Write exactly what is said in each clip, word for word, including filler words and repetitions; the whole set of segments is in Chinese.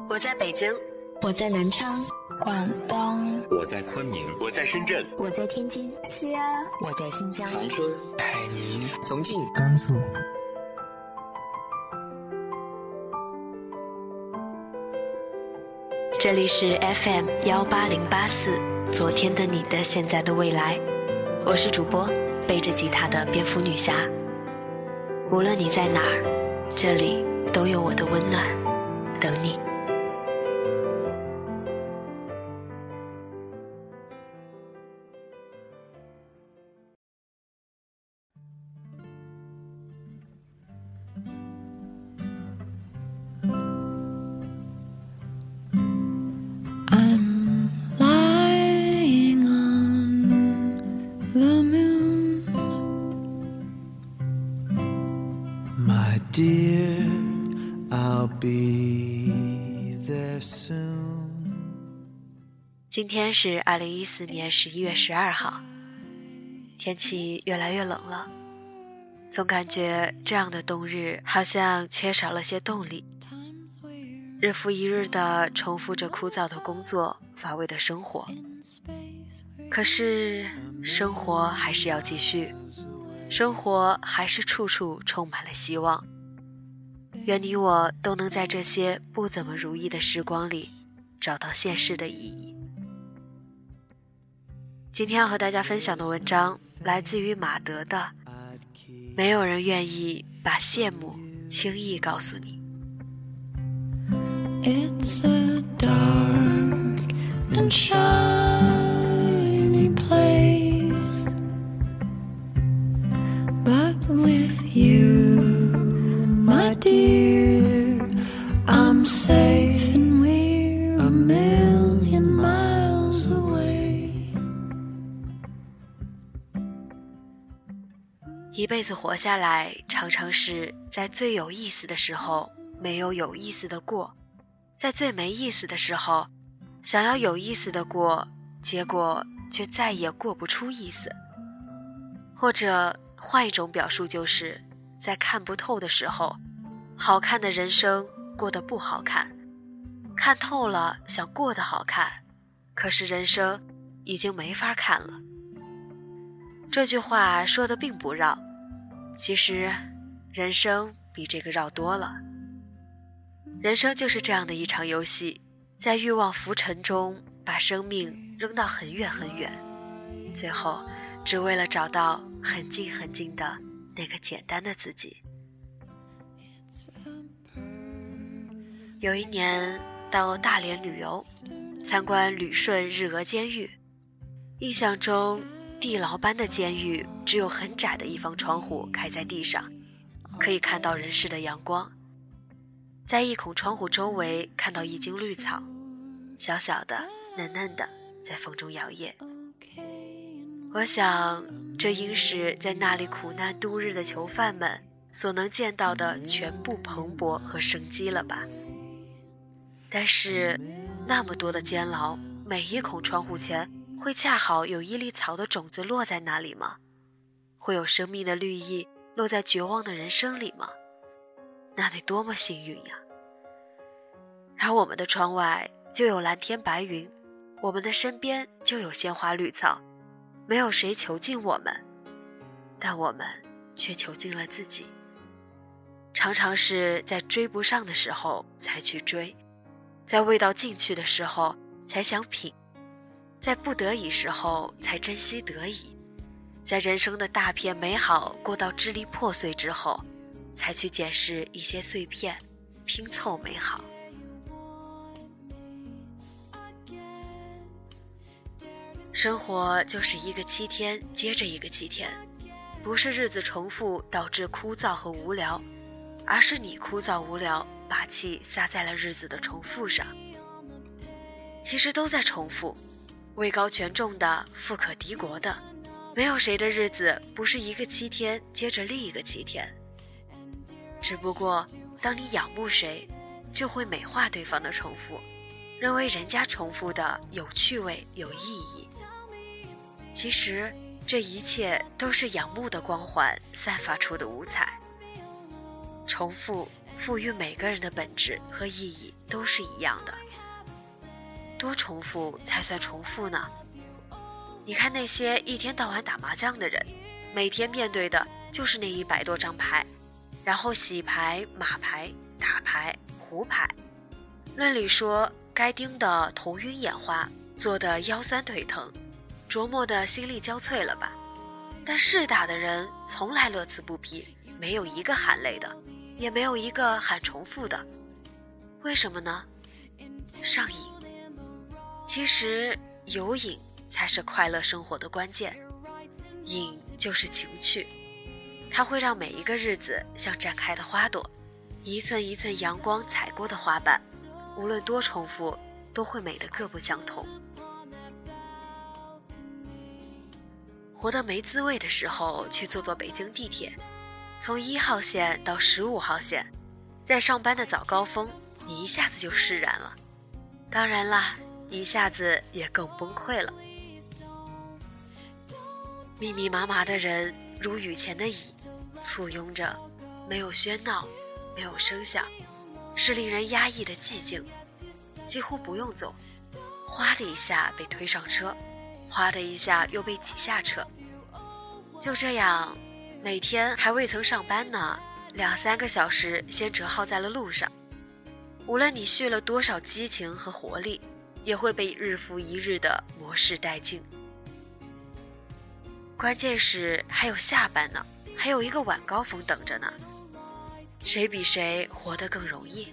我在北京， 我在南昌， 广东， 我在昆明， 我在深圳， 我在天津， 西安， 我在新疆， 长春， 海宁， 重庆， 甘肃。 这里是 F M 幺八零八四，昨天的你的现在的未来，我是主播背着吉他的蝙蝠女侠。无论你在哪儿，这里都有我的温暖等你。 Dear, I'll be there soon. 今天是二零一四年十一月十二号，天气越来越冷了，总感觉这样的冬日好像缺少了些动力，日复一日地重复着枯燥的工作，乏味的生活。可是生活还是要继续，生活还是处处充满了希望。愿你我都能在这些不怎么如意的时光里找到现实的意义。今天要和大家分享的文章来自于马德的没有人愿意把羡慕轻易告诉你。 It's a dark and shiny place, but with you, my dear, I'm safe and we're a million miles away. 一辈子活下来，常常是在最有意思的时候没有有意思的过，在最没意思的时候想要有意思的过，结果却再也过不出意思。或者换一种表述，就是在看不透的时候，好看的人生过得不好看，看透了想过得好看，可是人生已经没法看了。这句话说的并不绕，其实人生比这个绕多了。人生就是这样的一场游戏，在欲望浮沉中把生命扔到很远很远，最后只为了找到很近很近的那个简单的自己。有一年到大连旅游，参观旅顺日俄监狱，印象中地牢般的监狱只有很窄的一方窗户开在地上，可以看到人世的阳光。在一孔窗户周围看到一茎绿草，小小的嫩嫩的在风中摇曳。我想这应是在那里苦难度日的囚犯们所能见到的全部蓬勃和生机了吧。但是那么多的监牢，每一孔窗户前会恰好有一粒草的种子落在那里吗？会有生命的绿意落在绝望的人生里吗？那得多么幸运呀。而我们的窗外就有蓝天白云，我们的身边就有鲜花绿草，没有谁囚禁我们，但我们却囚禁了自己。常常是在追不上的时候才去追，在味道进去的时候才想品，在不得已时候才珍惜得以，在人生的大片美好过到支离破碎之后，才去捡拾一些碎片，拼凑美好。生活就是一个七天接着一个七天，不是日子重复导致枯燥和无聊，而是你枯燥无聊，把气撒在了日子的重复上。其实都在重复，位高权重的，富可敌国的，没有谁的日子不是一个七天接着另一个七天。只不过当你仰慕谁，就会美化对方的重复，认为人家重复的有趣味有意义。其实这一切都是仰慕的光环散发出的五彩。重复赋予每个人的本质和意义都是一样的。多重复才算重复呢？你看那些一天到晚打麻将的人，每天面对的就是那一百多张牌，然后洗牌、码牌、打牌、胡牌。论理说，该盯的头晕眼花，做的腰酸腿疼，琢磨的心力交瘁了吧？但是打的人从来乐此不疲，没有一个喊累的，也没有一个喊重复的。为什么呢？上瘾。其实有瘾才是快乐生活的关键。瘾就是情趣，它会让每一个日子像绽开的花朵，一寸一寸阳光踩过的花瓣，无论多重复都会美得各不相同。活得没滋味的时候，去坐坐北京地铁，从一号线到十五号线，在上班的早高峰，你一下子就释然了。当然啦，一下子也更崩溃了。密密麻麻的人如雨前的蚁，簇拥着，没有喧闹，没有声响，是令人压抑的寂静，几乎不用走，哗的一下被推上车，哗的一下又被挤下车。就这样，每天还未曾上班呢，两三个小时先折耗在了路上。无论你蓄了多少激情和活力，也会被日复一日的磨蚀殆尽。关键是还有下班呢，还有一个晚高峰等着呢，谁比谁活得更容易？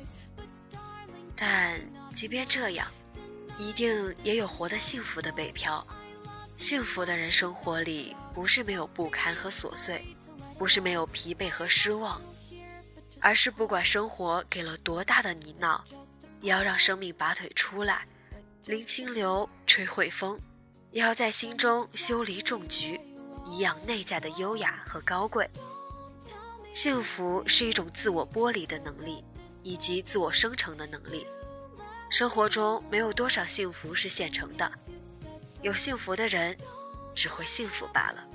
但即便这样，一定也有活得幸福的北漂。幸福的人生活里不是没有不堪和琐碎，不是没有疲惫和失望，而是不管生活给了多大的泥淖，也要让生命拔腿出来，临清流，吹汇风，也要在心中修篱种菊，颐养内在的优雅和高贵。幸福是一种自我剥离的能力，以及自我生成的能力。生活中没有多少幸福是现成的，有幸福的人只会幸福罢了。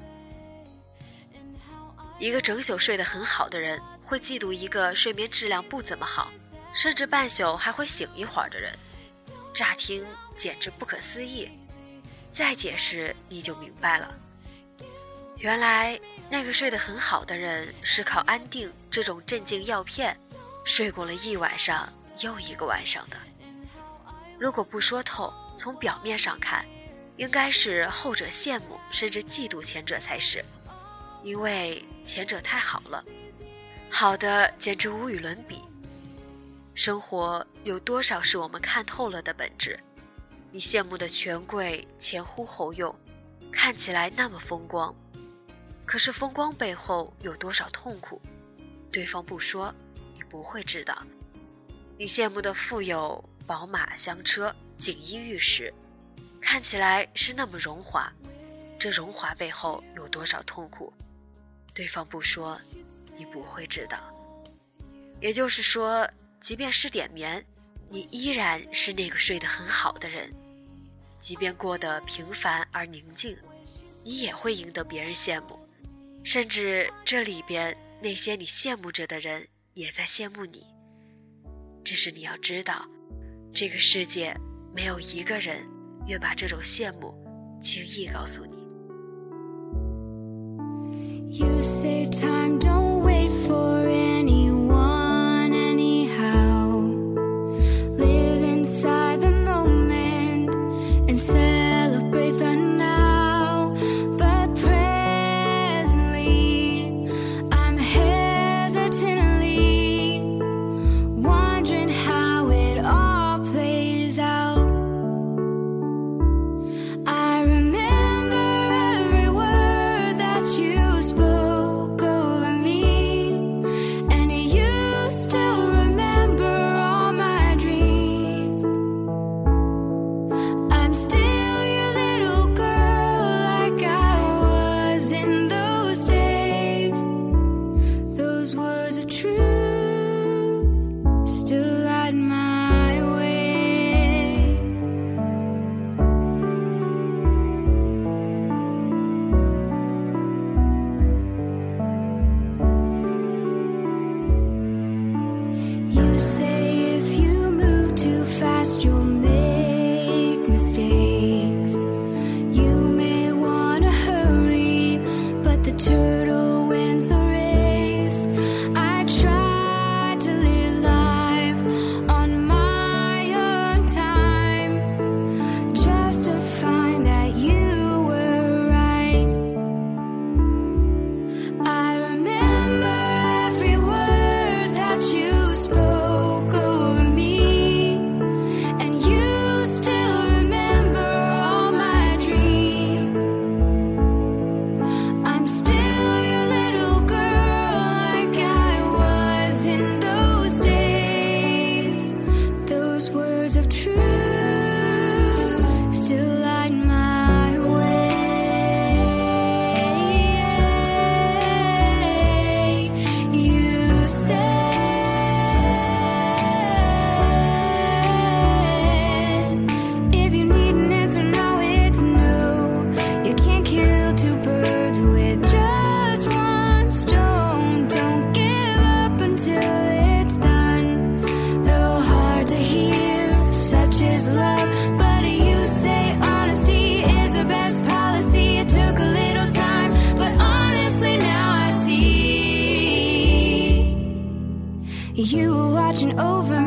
一个整宿睡得很好的人，会嫉妒一个睡眠质量不怎么好，甚至半宿还会醒一会儿的人。乍听简直不可思议，再解释你就明白了。原来那个睡得很好的人是靠安定这种镇静药片睡过了一晚上又一个晚上的。如果不说透，从表面上看，应该是后者羡慕甚至嫉妒前者才是，因为前者太好了，好的简直无与伦比。生活有多少是我们看透了的本质？你羡慕的权贵前呼后拥，看起来那么风光，可是风光背后有多少痛苦？对方不说，你不会知道。你羡慕的富有，宝马香车，锦衣玉食，看起来是那么荣华，这荣华背后有多少痛苦？对方不说，你不会知道。也就是说，即便失点眠，你依然是那个睡得很好的人。即便过得平凡而宁静，你也会赢得别人羡慕，甚至这里边那些你羡慕着的人也在羡慕你。只是你要知道，这个世界没有一个人愿把这种羡慕轻易告诉你。 You say time don't wait for anyone anyhow. Live inside the moment and celebrate the now. But presently I'm hesitantly wondering how it all plays out. I remember every word that you spoke over me, words of truth still light my way. You said, if you need an answer now, it's no. You can't kill two birds with just one stone. Don't give up until it's done. Though hard to hear, such is love. But you say honesty is the best policy. It took a little time, but honestly now I see you were watching over